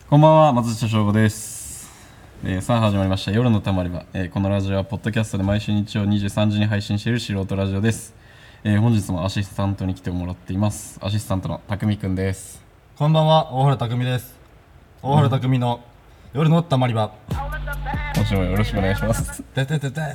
こんばんは、松下翔吾です。さあ始まりました夜のたまり場。このラジオはポッドキャストで毎週日曜23時に配信している素人ラジオです。本日もアシスタントに来てもらっています。アシスタントのたくみくんです。 こんばんは、大原匠です。大原匠の夜のたまり場。 今週もよろしくお願いします。 ててててて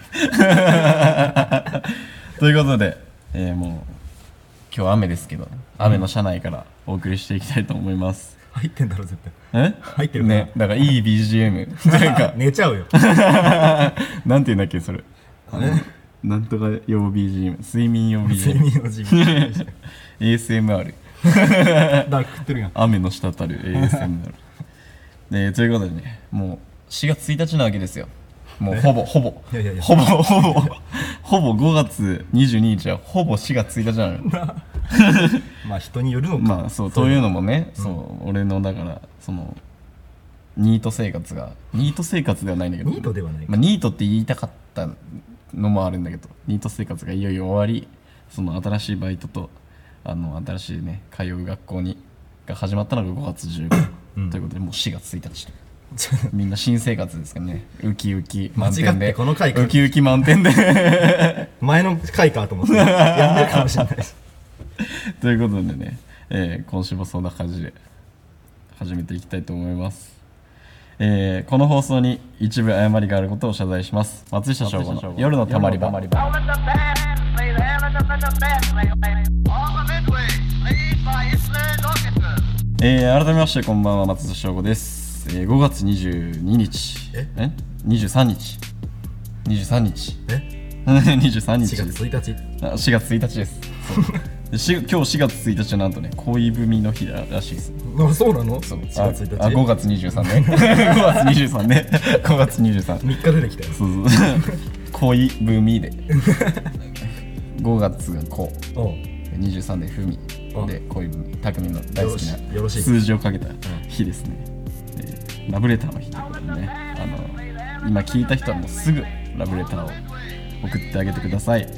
ということで、もう今日雨ですけど、雨の車内からお送りしていきたいと思います。 入ってんだろ絶対。入ってるかなね、だからいい BGM なんか寝ちゃうよ。 なんて言うんだっけそれ、なんとか用 BGM、睡眠用 BGM、 睡眠の時間 ASMR だ食ってるやん。 雨の滴る ASMR ということでね、もう4月1日なわけですよ。もうほぼ5月22日はほぼ4月1日なのよ。 まあ人によるのか。 まあそうというのもね、そう俺のだからそのニート生活ではないんだけど、 ニートではないか、 まあ、ニートって言いたかったのもあるんだけど、ニート生活がいよいよ終わり、その新しいバイトと新しいね通う学校が始まったのが5月15日、ということでもう4月1日みんな新生活ですからね。ウキウキ満点で、 この回かウキウキ満点で前の回かと思ってやんでるかもしれないです。 ということでね、今週もそんな感じで始めていきたいと思います。この放送に一部誤りがあることを謝罪します。松下翔吾の夜のたまり場。改めましてこんばんは、松下翔吾です。5月22日23日23日23日 4月1日 4月1日です。今日4月1日はなんとね恋文の日らしいです。 あ、そうなの。 そう 4月1日 5月23ね5月23 3日出てきたよ。 そう恋文で5月が子23で文で恋文、匠の大好きな数字をかけた日ですね。ラブレターの日ということでね、今聞いた人はもうすぐラブレターを送ってあげてください。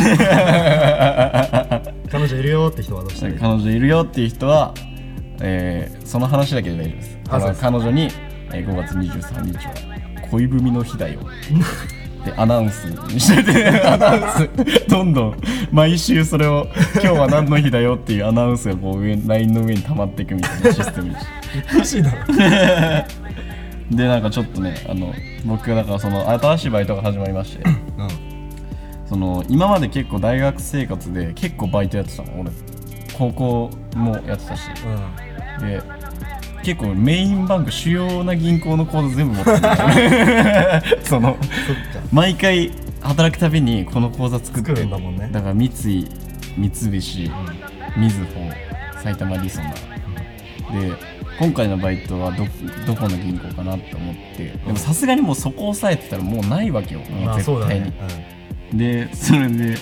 彼女いるよって人はどうしたらいい？ 彼女いるよっていう人は、その話だけで大丈夫です。彼女に、5月23日は恋文の日だよでアナウンスにしててアナウンスどんどん毎週それを今日は何の日だよっていうアナウンスがこうLINE の上に溜まっていくみたいなシステムにしておかしいだろ。 でなんかちょっとね僕がだからその新しいバイトが始まりまして、その今まで結構大学生活で結構バイトやってたの。俺高校もやってたし、で結構メインバンク主要な銀行の口座全部持ってるんだよね。その毎回働くたびにこの口座作ってるんだもんね。 だから三菱、みずほ、埼玉リソナで今回のバイトはどこの銀行かなって思って、でもさすがにもうそこを押さえてたらもうないわけよ、もう絶対に。でそれで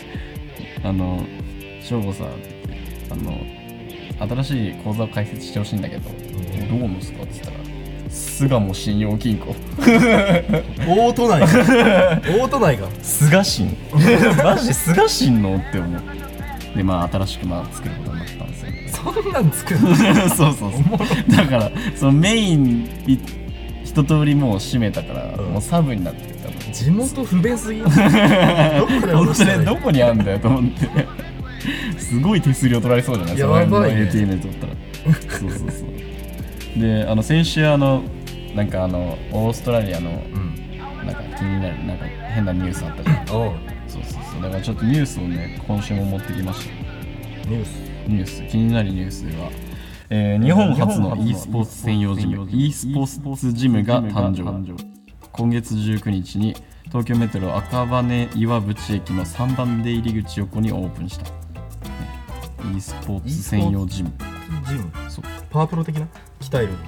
翔吾さんって言って新しい口座を開設してほしいんだけど、どうのすかって言ったら巣鴨信用金庫大都内が菅信マジ菅信のって思う。で新しく作ることになったんですよね。 そんなん作るそうだからそのメイン一通りもう閉めたから、もうサブになってるから。 地元不便すぎどこにあんだよと思ってすごい手数料取られそうじゃないですか。 やばいね、 ATM で取ったらそうで先週なんかオーストラリアのなんか気になるなんか変なニュースあったじゃん。そうだからちょっとニュースをね今週も持ってきました。ニュース気になるニュースでは、日本初の e スポーツ専用ジム e スポーツジムが誕生。今月19日に東京メトロ赤羽岩淵駅の3番出入り口横にオープンした e スポーツ専用ジム。 そうパワープロ的な鍛える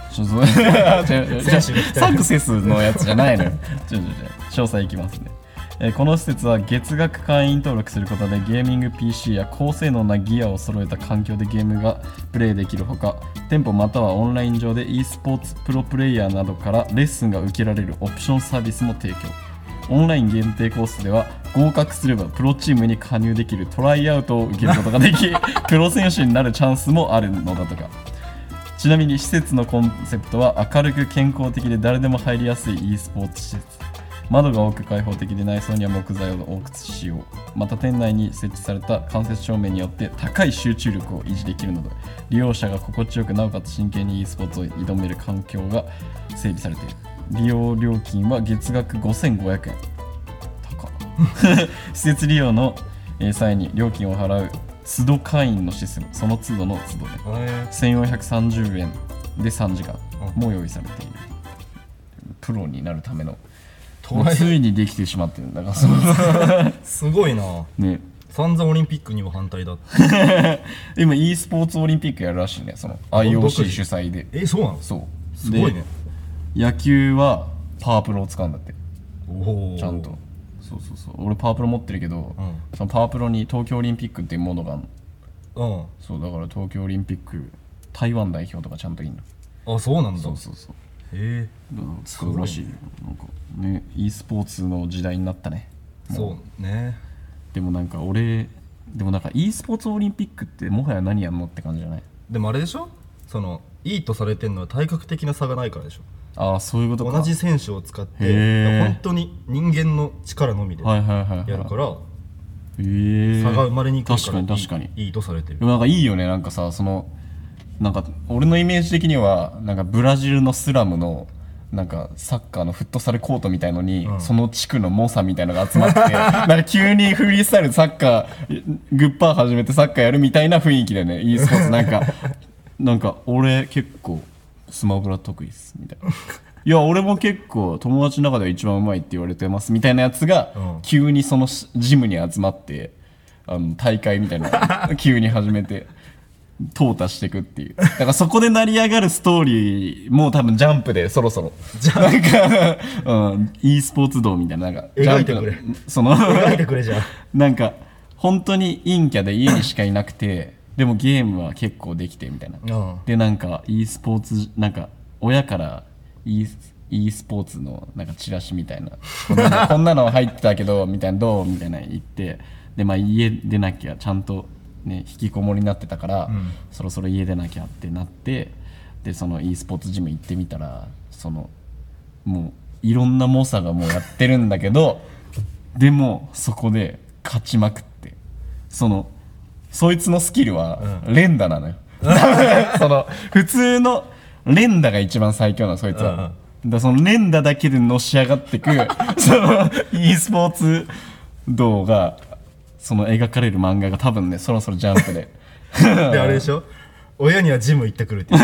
サクセスのやつじゃないのよ。詳細いきますね。この施設は月額会員登録することでゲーミング PC や高性能なギアを揃えた環境でゲームがプレイできるほか、店舗またはオンライン上で e スポーツプロプレイヤーなどからレッスンが受けられるオプションサービスも提供。オンライン限定コースでは合格すればプロチームに加入できるトライアウトを受けることができプロ選手になるチャンスもあるのだとか。 ちなみに施設のコンセプトは明るく健康的で誰でも入りやすい e スポーツ施設。窓が多く開放的で内装には木材を多く使用。また店内に設置された間接照明によって高い集中力を維持できるなど、利用者が心地よくなおかつ真剣に e スポーツを挑める環境が整備されている。利用料金は月額5500円。高施設利用の際に料金を払う都度会員のシステム、その都度の都度で1430円で3時間も用意されている。プロになるためのついにできてしまってるんだからすごいなね。 散々オリンピックにも反対だって今 e スポーツオリンピックやるらしいね、その IOC 主催で。 そうなの？ そうすごいね。 野球はパワープロを使うんだって。 おちゃんと。そう俺パワープロ持ってるけど、そのパワープロに東京オリンピックっていうものがあるの。そうだから東京オリンピック台湾代表とかちゃんといいの。 あ、そうなんだ。 そう使うらしいよ。なんかね、e スポーツの時代になったね。 そうね。 でもなんかe スポーツオリンピックってもはや何やんのって感じじゃない？ でもあれでしょ、そのいいとされてるのは体格的な差がないからでしょ。 ああ、そういうことか。 同じ選手を使って本当に人間の力のみでやるから差が生まれにくいから確かにいいとされてる。 でもなんかいいよね。なんかさ、そのなんか俺のイメージ的にはなんかブラジルのスラムのなんかサッカーのフットサルコートみたいのに、その地区の猛者みたいのが集まってなんか急にフリースタイルサッカーグッパー始めてサッカーやるみたいな雰囲気だよね、 e スポーツ。なんか俺結構スマブラ得意っすみたいな、いや俺も結構友達の中では一番うまいって言われてますみたいなやつが、急にそのジムに集まって大会みたいな急に始めて淘汰していくっていう。だからそこで成り上がるストーリーも多分ジャンプでそろそろなんか、e スポーツ道みたいな、なんか描いてくれ、描いてくれじゃん。 なんか本当に陰キャで家にしかいなくてでもゲームは結構できてみたいな。でなんか e スポーツなんか親から e スポーツのなんかチラシみたいなこんなの入ってたけどみたいな、どうみたいな言って、でまあ家出なきゃちゃんとね、引きこもりになってたから、そろそろ家出なきゃってなって、でその e スポーツジム行ってみたら、そのもういろんな猛者がもうやってるんだけどでもそこで勝ちまくって、そいつのスキルは連打なのよ、その普通の連打が一番最強なの、そいつは。だその連打だけでのし上がってくその e スポーツ道がその描かれる漫画が多分ね、そろそろジャンプでであれでしょ、親にはジム行ってくるって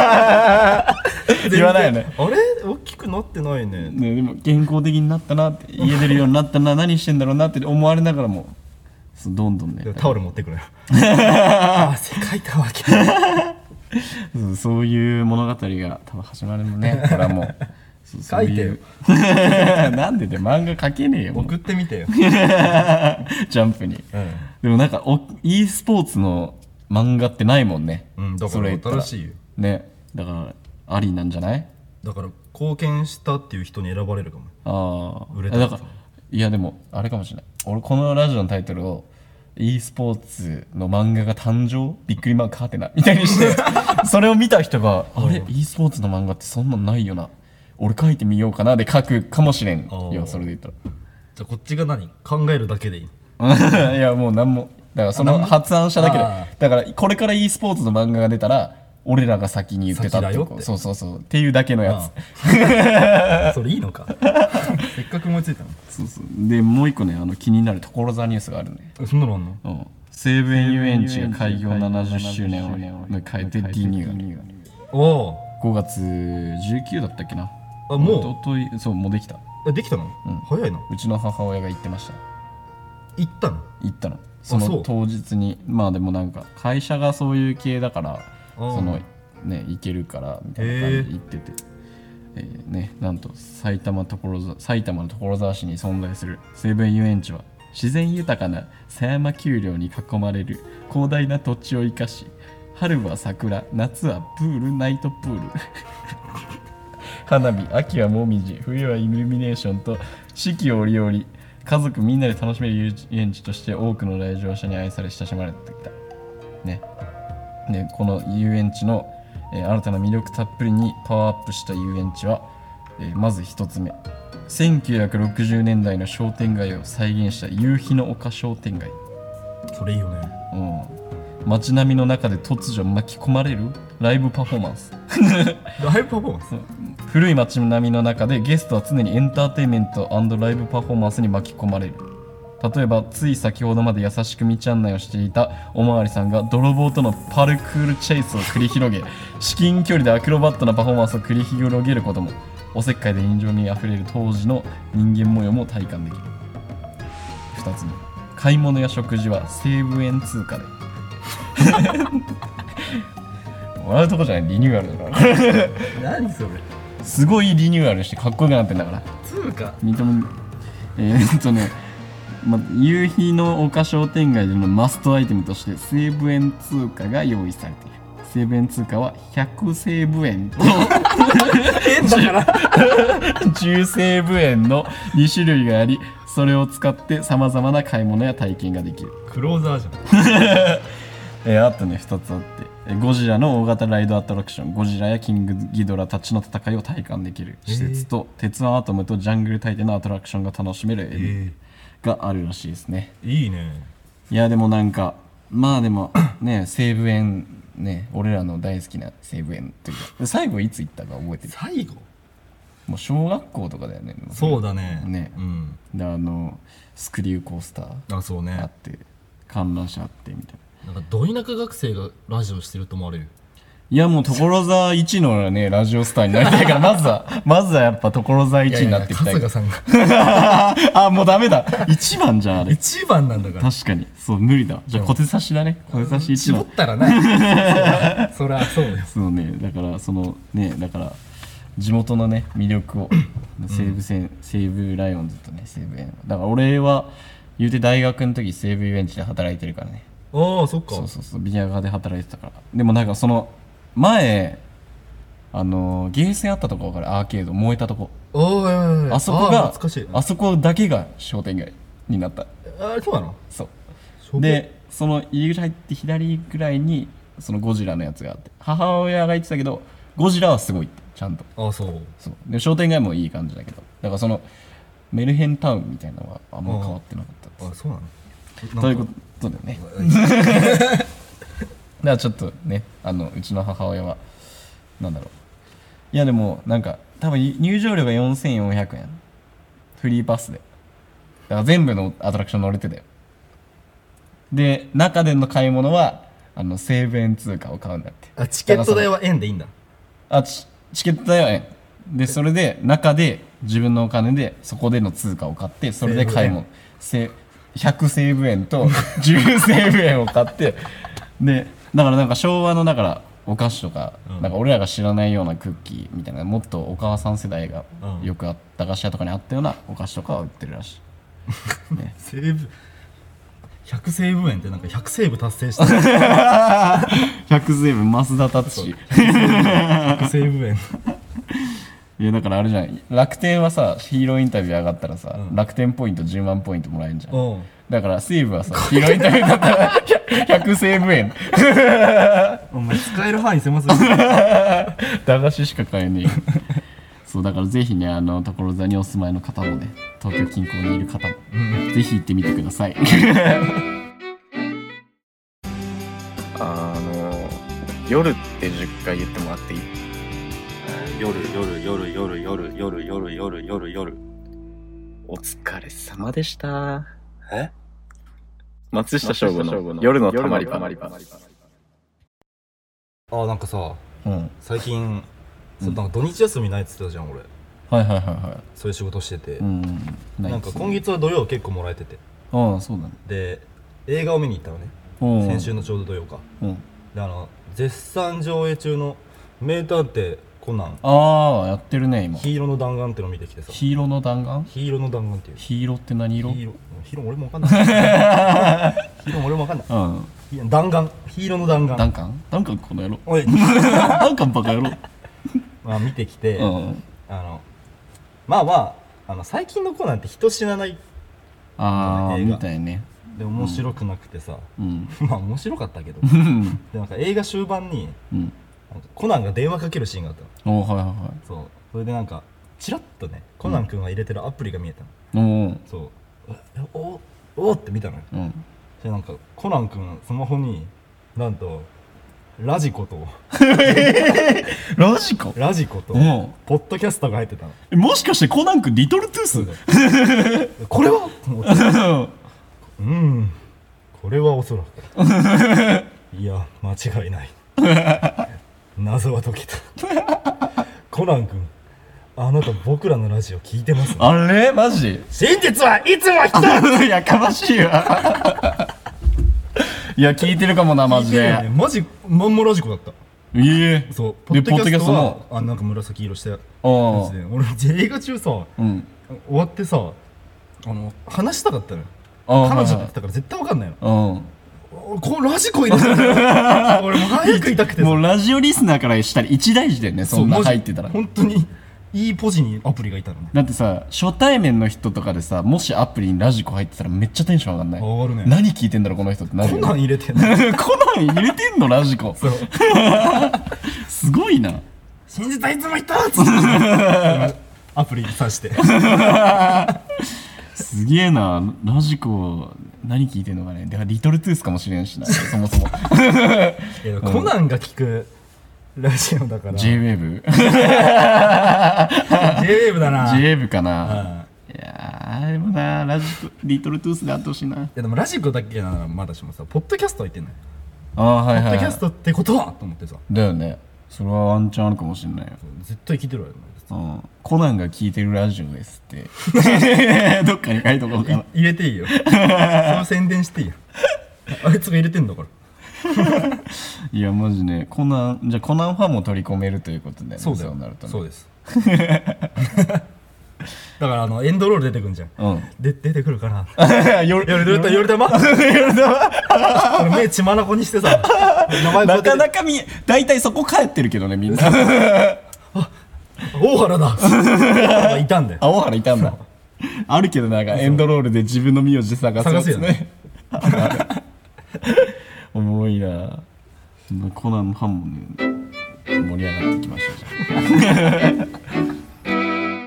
言わないよね。 あれ大きくなってないね。 でも健康的になったなって、家出るようになったな、何してんだろうなって思われながらもどんどんね、 タオル持ってくるあ、汗かいたわけそういう物語が多分始まるのね、これはもう書いてよなんで漫画描けねえよ、 送ってみてよジャンプに、でもなんかe スポーツの漫画ってないもんね、 だから新しいよね。だからありなんじゃない？ だから貢献したっていう人に選ばれるかも。売れただからいやでもあれかもしれない、俺このラジオのタイトルを e スポーツの漫画が誕生びっくりマークハテナみたいにしてそれを見た人があれ e スポーツの漫画ってそんなんないよな、俺書いてみようかなで書くかもしれんよ、それで言ったら。 じゃあこっちが考えるだけでいいいやもう何も、だからその発案者だけで、だからこれから e スポーツの漫画が出たら俺らが先に言ってたってこと、そうっていうだけのやつそれいいのかせっかく思いついたの。 でもう一個ね、気になる所沢ニュースがあるね。 そんなのあんの？ 西武園遊園地が開業70周年を迎えてリニューアル。5月19だったっけな。 もうおととい、そうもうできた。 できたの？早いな。 うちの母親が言ってました。 行ったの？ その当日に。まあでもなんか会社がそういう系だからそのね行けるからみたいな感じで言ってて、ね、なんと埼玉の所沢市に存在する西武園遊園地は自然豊かな狭山丘陵に囲まれる広大な土地を生かし、春は桜、夏はプール、ナイトプール花火、秋はもみじ、冬はイルミネーションと四季折々家族みんなで楽しめる遊園地として多くの来場者に愛され親しまれてきたね。でこの遊園地の、 新たな魅力たっぷりにパワーアップした遊園地は、まず1つ目、1960年代の商店街を再現した夕日の丘商店街。 それいいよね。 街並みの中で突如巻き込まれるライブパフォーマンス。 ライブパフォーマンス。 古い街並みの中でゲストは常にエンターテインメント&ライブパフォーマンスに巻き込まれる。例えばつい先ほどまで優しく道案内をしていたおまわりさんが泥棒とのパルクールチェイスを繰り広げ、至近距離でアクロバットなパフォーマンスを繰り広げることも、おせっかいで人情味あふれる当時の人間模様も体感できる。2つ目、買い物や食事は西武円通貨で。笑うとこじゃない、リニューアルだから何それ、 すごいリニューアルしてかっこよくなってんだから。 通貨認め夕日の丘商店街でのマストアイテムとして西武円通貨が用意されている。西武円通貨は100西武円と10西武円の2種類があり、それを使ってさまざまな買い物や体験ができる。 クローザーじゃん。 あとね、2つあって、ゴジラの大型ライドアトラクション、ゴジラやキングギドラたちの戦いを体感できる施設と、鉄腕アトムとジャングル大帝のアトラクションが楽しめるエリアがあるらしいですね。 いいね。 いやでもなんかまあでもね、西武園ね、俺らの大好きな西武園というか、最後いつ行ったか覚えてる？ 最後もう小学校とかだよね。 そうだね。 ね、でスクリューコースターそうねあって、観覧車あってみたいな。なんかど田舎学生がラジオしてると思われる。 いやもう所沢一のねラジオスターになりたいからまずはやっぱ所沢一になっていきたい。 春日さんがあ、もうダメだ、一番じゃんあれ。 一番なんだから。 確かにそう無理だ。じゃあ小手差しだね。小手差し一の。 絞ったらな。そりゃそうです。 そうね、だからだから地元のね魅力を西武ライオンズとね西武園。だから俺は言うて大学の時西武遊園地で働いてるからね。 ああそっか。 そうビニャガで働いてたから。でもなんかその前ゲーセンあったとこ分かる？アーケード燃えたとこ。あそこがあそこだけが商店街になった。 そうなの？ そうで、その入り口入って左ぐらいにそのゴジラのやつがあって、母親が言ってたけどゴジラはすごいってちゃんと。そうで商店街もいい感じだけど、だからそのメルヘンタウンみたいなのはあんま変わってなかったです。 そうなの？ ということでね。だからちょっとね、うちの母親はなんだろう、いやでもなんか多分入場料が4400円フリーパスで、だから全部のアトラクション乗れてたよ。で中での買い物は西武円通貨を買うんだって。 チケット代は円でいいんだ。 チケット代は円で、それで中で自分のお金でそこでの通貨を買って、それで買い物100西武円と10西武円を買ってでだからなんか昭和のだからお菓子とか、なんか俺らが知らないようなクッキーみたいな、もっとお母さん世代がよくあった菓子屋とかにあったようなお菓子とかは売ってるらしい、ね、 100西武円ってなんか100セーブ達成した 100西武増田達 100西武円いやだからあれじゃない、楽天はさヒーローインタビュー上がったらさ、楽天ポイント10万ポイントもらえるんじゃん。だから西武はさヒーローインタビューだったら100西武円。 お前使える範囲狭すぎる。 駄菓子しか買えねえ。そうだからぜひね所沢にお住まいの方もね、東京近郊にいる方も、ぜひ行ってみてください。夜って10回言ってもらっていい？夜お疲れ様でした。松下翔吾の夜のたまり場。 なんかさ、最近なんか土日休みないって言ってたじゃん俺。そういう仕事してて、なんか今月は土曜結構もらえてて。 そうだね。 で映画を見に行ったのね、先週のちょうど土曜か。で絶賛上映中の名探偵コナン。 やってるね今。 ヒーローの弾丸っての見てきてさ。 ヒーローの弾丸？ ヒーローの弾丸っていう。 ヒーローって何色？ ヒーロー俺もわかんない。ヒーロー俺もわかんない。弾丸、ヒーローの弾丸。 弾丸この野郎。 おい。 弾丸バカ野郎。 見てきて、最近のコナンって人死なない。 みたいね。 で面白くなくてさ、まあ面白かったけど、でなんか映画終盤にコナンが電話かけるシーンがあったの。はいはいはい。 そうそれでなんかチラッとねコナン君が入れてるアプリが見えたの。そうおって見たのよ。でなんかコナン君スマホになんとラジコとラジコとポッドキャストが入ってたの。 もしかしてコナン君リトルトゥースこれはと思ってこれはおそらくいや間違いない謎は解けたコナン君あなた僕らのラジオ聞いてますね。 あれマジ真実はいつも一つやかましいわいや聞いてるかもなマジで、 ね、マジまんまラジコだった。そうポッドキャストはなんか紫色したやつで俺映画中さ、終わってさ話したかったのよ。彼女って言ったから絶対わかんないの。このラジコ入れてる俺も早く言いたくてもうラジオリスナーからしたら一大事だよね。そんな入ってたら本当にいいポジにアプリがいたの。 だってさ初対面の人とかでさもしアプリにラジコ入ってたらめっちゃテンション上がんない？ 上がるね。 何聞いてんだろこの人ってなるよね。 コナン入れてんのコナン入れてんのラジコそうすごいな。 真実はいつも言ったっつってアプリに挿してすげえな。ラジコ何聞いてんのかね。だからリトルトゥースかもしれんしなそもそもコナンが聞くラジオだから J-WAVE だな J-WAVE かな。いやでもなリトルトゥースであってほしいな。いやでもラジコだけならまだしもさポッドキャスト入ってんのよ。 ポッドキャストってことはと思ってさ。 だよね。それはワンチャンあるかもしれないよ。 絶対聞いてるわよ。 コナンが聞いてるラジオですってどっかに書いとこうかな。 入れていいよその宣伝していいよあいつが入れてんだからいやマジねコナンファンも取り込めるということで、ね、 そうだよなると、ね、 そうですだからエンドロール出てくんじゃん、出てくるかな夜玉目血まなこにしてさなかなか大体そこ帰ってるけどねみんな大原だいたんだよ。 大原いたんだあるけどなんかエンドロールで自分の名字探すやつねおもろいな。コナンのファンもね盛り上がっていきましょう。じゃ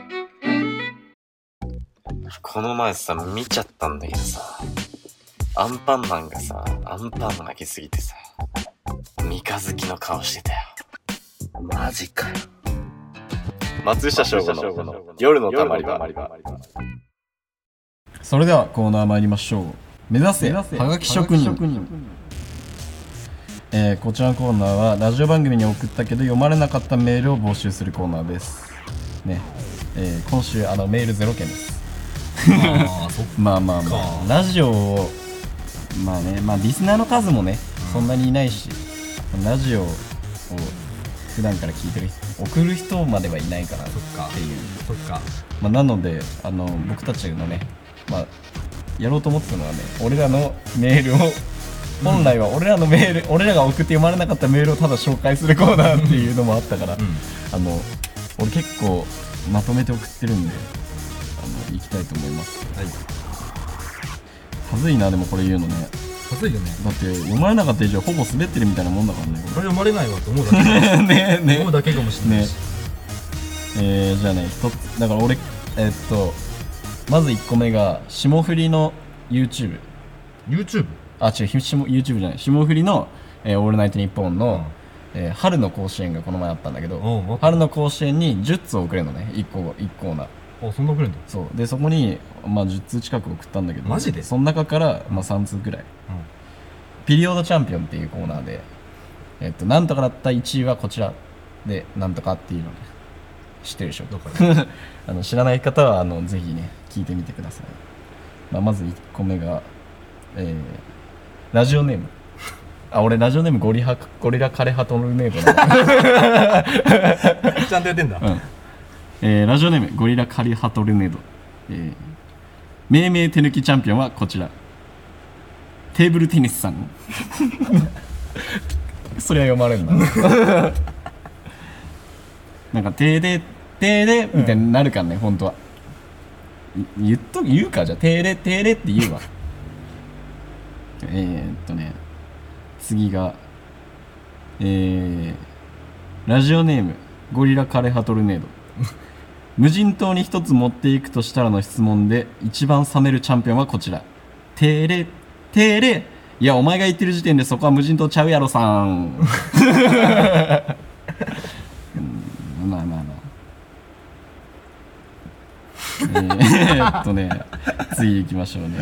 この前さ見ちゃったんだけどさアンパンマンがさアンパン投げすぎてさ三日月の顔してたよ。マジかよ。松下翔吾の夜のたまり場。 それではコーナー参りましょう。目指せはがき職人。こちらのコーナーはラジオ番組に送ったけど読まれなかったメールを募集するコーナーですね。今週メール0件ですまあラジオをまあリスナーの数もねそんなにいないし、ラジオを普段から聞いてる送る人まではいないからっていう。 そっか、 なので僕たちのね、やろうと思ってたのはね俺らのメールを本来は俺らのメール俺らが送って読まれなかったメールをただ紹介するコーナーっていうのもあったから、俺結構まとめて送ってるんで行きたいと思います。はい。はずいなでもこれ言うのね。 はずいよね。 だって読まれなかった以上ほぼ滑ってるみたいなもんだからね。 これ読まれないわと思うだけね思うだけかもしれないし、 ね。じゃあね一つだから俺まず1個目が霜降りの YouTube あ違う YouTube じゃない霜降りの、オールナイトニッポンの、春の甲子園がこの前あったんだけど、春の甲子園に10通送れるのね1コーナー。 そんな送れんだ。 そうでそこに、10通近く送ったんだけどマジでその中から、3通くらい、ピリオドチャンピオンっていうコーナーでなんとかだった1位はこちらでなんとかっていうのね知ってるでしょ。知らない方はぜひね聞いてみてください。まず1個目が、ラジオネーム俺ラジオネームゴリラカレハトルネードちゃんとやってんだ。 ラジオネームゴリラカレハトルネード、命名手抜きチャンピオンはこちらテーブルテニスさんそれは読まれるんだなんかてーでみたいになるからね、本当は言うか。じゃあてーれって言うわ次がラジオネームゴリラ枯葉トルネード無人島に一つ持っていくとしたらの質問で一番冷めるチャンピオンはこちら。てれてれ、いやお前が言ってる時点でそこは無人島ちゃうやろさんまあまあまあ次行きましょう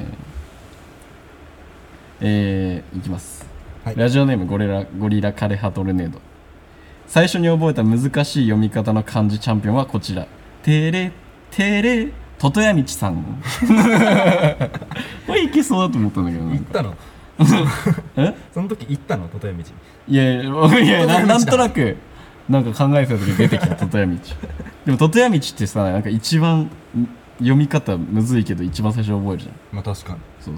ね。いきます、はい、ラジオネームゴリラ枯葉トルネード。最初に覚えた難しい読み方の漢字チャンピオンはこちら。てれてれととやみちさんこれいけそうだと思ったんだけど。 行ったのその時行ったのととやみち。 いやなんとなくなんか考えてた時出てきたととやみちでもととやみちってさ、なんか一番読み方むずいけど一番最初覚えるじゃん。 まあ確かに。 そう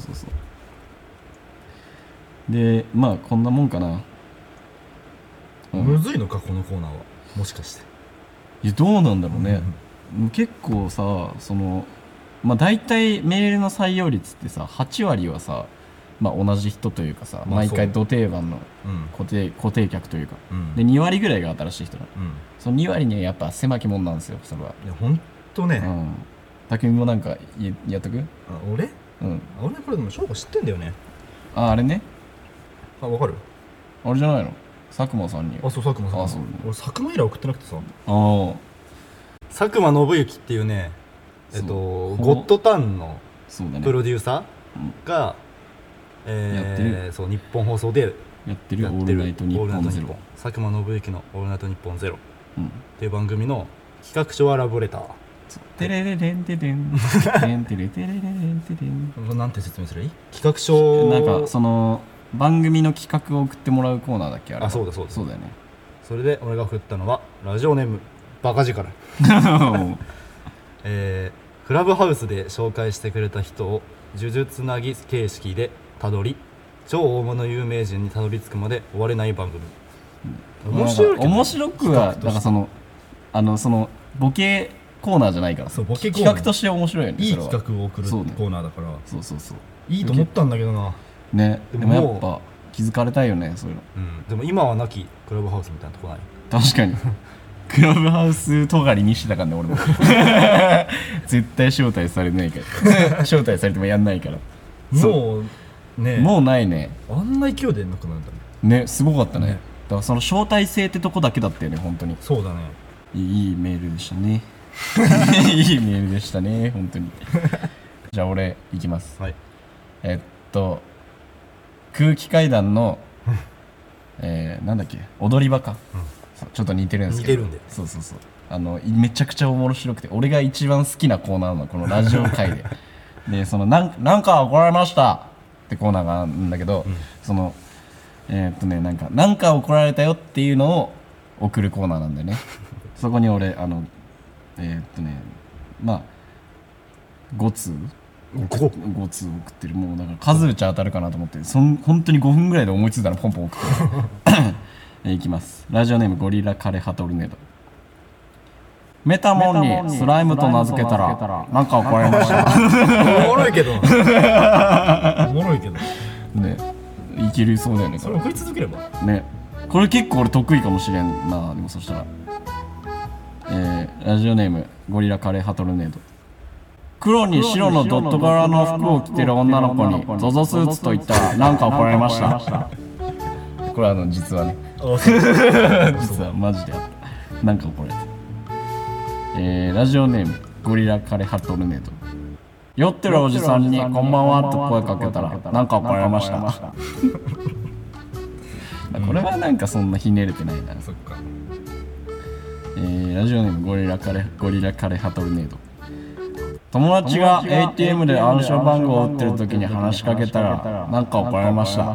で、まあこんなもんかな。 むずいのかこのコーナーは、もしかして。 いやどうなんだろうね、結構さ、そのまあ大体メールの採用率ってさ8割はさ、まあ同じ人というかさ、毎回ド定番の固定客というか、で2割ぐらいが新しい人だ、その2割にはやっぱ狭きもんなんですよ、それは。 いやほんとね。 たくみもなんかやっとく？ 俺これでも翔吾知ってんだよね。 あれね。 わかる？ あれじゃないの？佐久間さんに。 そう佐久間さん。俺佐久間以来送ってなくてさ。佐久間信之っていうね、ゴッドタンのプロデューサーがそう日本放送でやってるオールナイトニッポンゼロ。 佐久間信之のオールナイトニッポンゼロっていう番組の企画書はラブレター。 テレレレンテレンテンテレテレレンテレン。 なんて説明すればいい？企画書なんかその番組の企画を送ってもらうコーナーだっけあれ。 そうだよね。それで俺が振ったのはラジオネームバカ力クラブハウスで紹介してくれた人を呪術つなぎ形式でたどり、超大物有名人にたどり着くまで終われない番組。面白くはなんかそのボケコーナーじゃないから、 そうボケ企画として面白いよね。 いい企画を送るコーナーだから。 そういいと思ったんだけどな。 ね、でもやっぱ気づかれたいよね、そういうの。 でも今はなきクラブハウスみたいなとこない？ 確かにクラブハウスとがりにしてたからね、俺も絶対招待されないから招待されてもやんないから。 もうね、 もうないね。 あんな勢いでなくなるんだね。すごかったね。だからその招待制ってとこだけだったよね、本当に。 そうだね。 いいメールでしたねいいメールでしたね、本当にじゃあ俺いきます。 はい。 空気階段のなんだっけ、踊り場か、ちょっと似てるんですけど。 似てるんで。 そうめちゃくちゃ面白くて、俺が一番好きなコーナーのこのラジオ界ででそのなんか怒られましたってコーナーがあるんだけど、そのなんか怒られたよっていうのを送るコーナーなんだよねそこに俺まあ5通送ってる。もうだから数打ち当たるかなと思って本当に5分ぐらいで思いついたらポンポン送っていきます。ラジオネームゴリラ枯葉トルネード。メタモンにスライムと名付けたらなんか怒られましたおもろいけどね、いけるそうだよね。 それ送り続ければね。これ結構俺得意かもしれんな。でもそしたらラジオネームゴリラ枯葉トルネード。黒に白のドット柄の服を着てる女の子にZOZOスーツと言ったらなんか怒られましたこれ実はね実はマジであった。なんか怒られた。ラジオネームゴリラ枯葉トルネード。酔ってるおじさんにこんばんはと声かけたらなんか怒られましたこれはなんかそんなひねれてないな。 そっか。 ラジオネームゴリラ枯葉トルネード。友達が ATM で暗証番号を打ってる時に話しかけたらなんか怒られました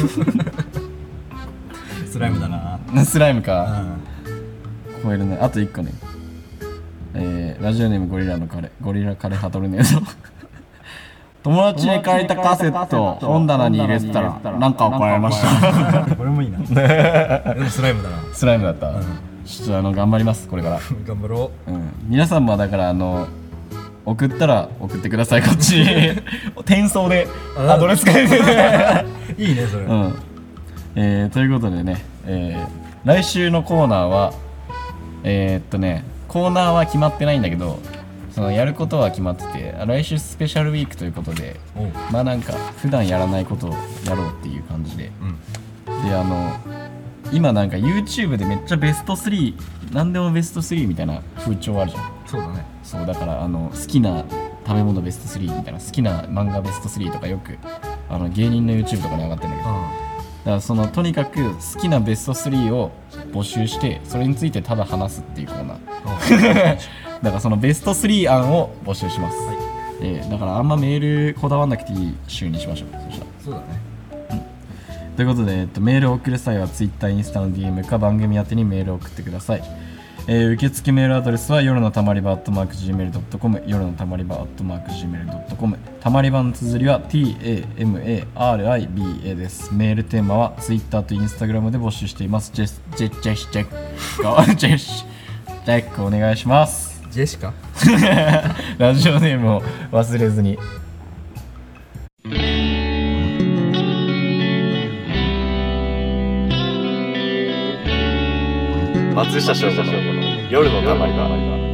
スライムだな。 スライムか、超えるね。あと1個ね。ラジオネームゴリラ枯葉トルネード。友達に借りたカセットを本棚に入れてたらなんか怒られましたこれもいいなでもスライムだな。 スライムだった、ちょっと頑張りますこれから頑張ろう。 皆さんもだから送ったら送ってください、こっちに転送でアドレス書いていいねそれ。 ということでね、 来週のコーナーはコーナーは決まってないんだけど、そのやることは決まってて、来週スペシャルウィークということで、まあなんか普段やらないことをやろうっていう感じで、で今なんか YouTube でめっちゃベスト3、何でもベスト3みたいな風潮あるじゃん。 そうだね。 そうだから好きな食べ物ベスト3みたいな、好きな漫画ベスト3とかよく芸人の YouTube とかに上がってるんだけど、だからそのとにかく好きなベスト3を募集して、それについてただ話すっていうコーナーだからそのベスト3案を募集します、だからあんまメールこだわんなくていい週にしましょう。そしたらそうだね。 ということで、メールを送る際は Twitter、インスタの DM か番組宛てにメールを送ってください。受付メールアドレスは夜のたまり場 @gmail.com、 夜のたまり場 @gmail.com、 たまり場の綴りは TAMARIBA です。メールテーマは Twitter と Instagram で募集しています。ジェックお願いします。 ジェシカラジオネームを忘れずに。 松下翔吾の夜のたまり場。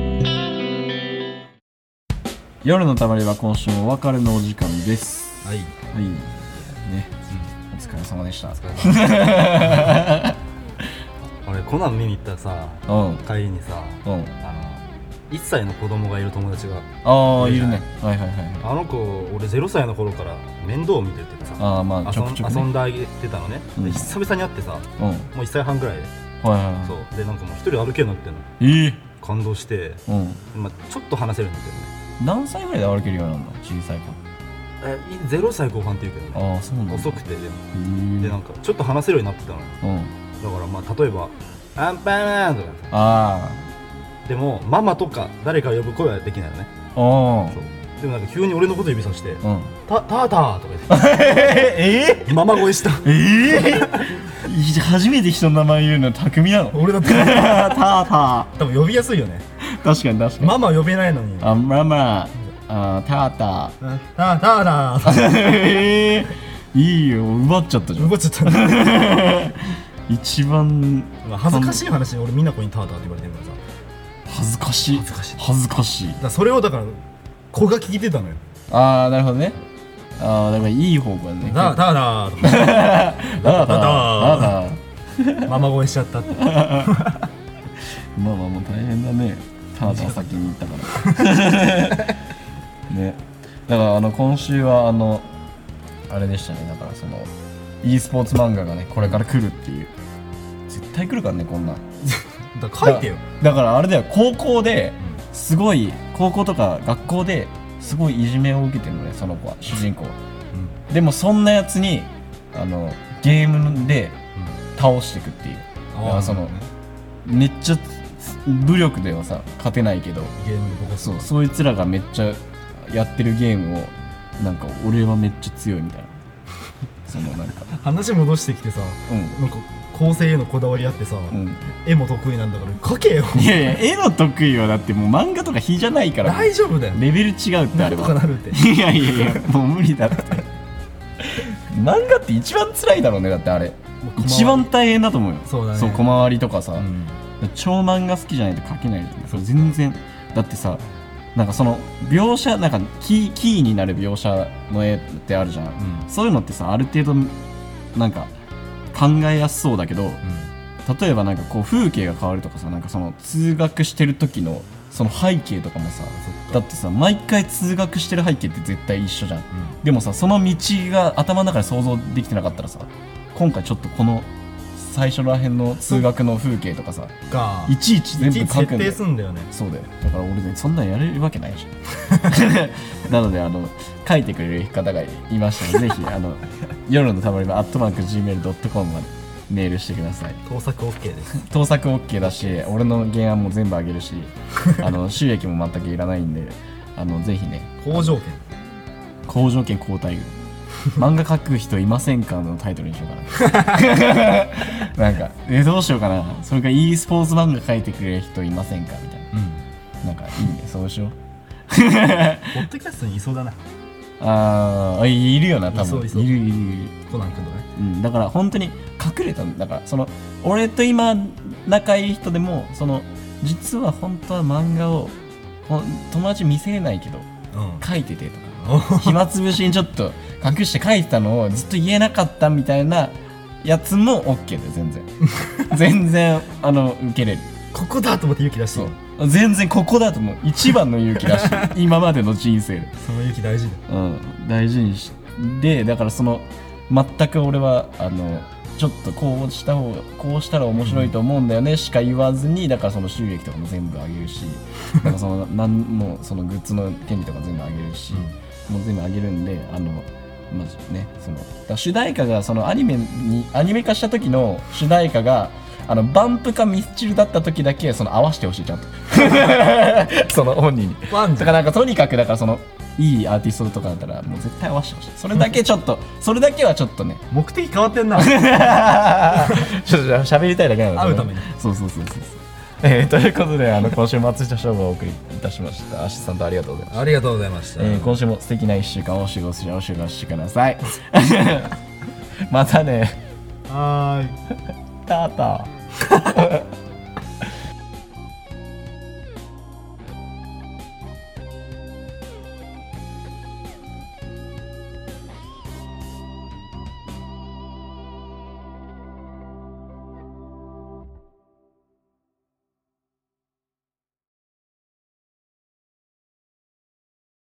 夜のたまり場、今週もお別れのお時間です。 はいね、 お疲れ様でした。 俺コナン見に行ったらさ、帰りにさ、1歳の子供がいる友達がいるね。はい。 あの子、俺0歳の頃から面倒を見ててさ、 ちょくちょくね、 遊んであげてたのね。で久々に会ってさ、もう1歳半ぐらいで、そうでなんかもう一人歩けるようになってんの。感動して、ちょっと話せるんだけどね。 何歳ぐらいで歩けるようになるの？小さい子。 0歳後半っていうけどね。 そうなんだ。 遅くてでなんかちょっと話せるようになってたの。だからまあ例えばアンパンマンとかでもママとか誰か呼ぶ声はできないのね。そうでもなんか急に俺のこと指さしてターターとか言ってママ声した。 初めて人の名前言うの匠なの？ 俺だってターター多分呼びやすいよね。 確かにママ呼べないのにママターターターターいいよ、奪っちゃったじゃん。 奪っちゃった一番恥ずかしい話に俺みんな子にターターって言われてるからさ、 恥ずかしい。 それをだから子が聞いてたのよ。 なるほどね。だからいい方向だね。 ターターとかママ声しちゃったってもう大変だね。ターター先に行ったからね。だから今週はあれでしたね。だからその e スポーツ漫画がねこれから来るっていう、絶対来るからねこんなんだから書いてよ。 だからあれだよ、高校ですごい、高校とか学校ですごいいじめを受けてるのね、その子は、主人公。でもそんなやつにゲームで倒していくっていう。だからそのめっちゃ武力ではさ勝てないけど、 ゲームでそいつらがめっちゃやってるゲームをなんか俺はめっちゃ強いみたいなそのなんか話戻してきてさ、なんか構成へのこだわりあってさ、絵も得意なんだから描けよ。 いや絵の得意はだってもう漫画とか比じゃないから、 大丈夫だよ。 レベル違うってあればなんとかなるって。 いやもう無理だって漫画って一番辛いだろうね。だってあれ一番大変だと思うよ。 そうだね。 そう、小回りとかさ、超漫画好きじゃないと描けないよね。それ全然。だってさ、なんかその描写、なんかキーになる描写の絵ってあるじゃん、そういうのってさある程度なんか考えやすそうだけど、例えばなんかこう風景が変わるとかさ、なんかその通学してる時のその背景とかもさ、だってさ毎回通学してる背景って絶対一緒じゃん、でもさその道が頭の中で想像できてなかったらさ、今回ちょっとこの最初らへんの通学の風景とかさいちいち全部書くんだよ。 設定すんだよね。 そうだよ。だから俺ねそんなんやれるわけないじゃんなので書いてくれる方がいましたらぜひ夜のたまり場@gmail.com までメールしてください。 盗作 OK です。 盗作 OK だし、俺の原案も全部あげるし収益も全くいらないんでぜひね。 好条件交代漫画描く人いませんかのタイトルにしようかななんかどうしようかな。それか e スポーツ漫画描いてくれる人いませんかみたいな、なんかいいね。そうしようポッドキャストにいそうだな。 いるよな多分。いるコナン君とかね、 うん、だから本当に隠れたんだから、その俺と今仲いい人でもその実は本当は漫画を友達見せれないけど、書いててとか暇つぶしにちょっと隠して書いてたのをずっと言えなかったみたいなやつも OK で全然全然受けれる。 ここだと思って勇気出してる。全然ここだと思う。一番の勇気出してる今までの人生で。 その勇気大事だ。 大事にしてだからその全く俺はちょっとこうしたら面白いと思うんだよねしか言わずに、だからその収益とかも全部あげるしだからもうそのグッズの権利とか全部あげるし、もう全部あげるんでまずね、だ主題歌がそのアニメ化した時の主題歌がバンプかミスチルだった時だけ合わせてほしい、ちゃんとその本人に。だからなんかとにかくだからそのいいアーティストとかだったらもう絶対合わせてほしい。それだけちょっとそれだけはちょっとね目的変わってんなちょっと喋りたいだけなの。 会うために。 そうということで今週松下翔吾をお送りいたしました。アシスタントありがとうございました。 ありがとうございました。 今週も素敵な1週間お過ごしくださいまたね。 はーいターター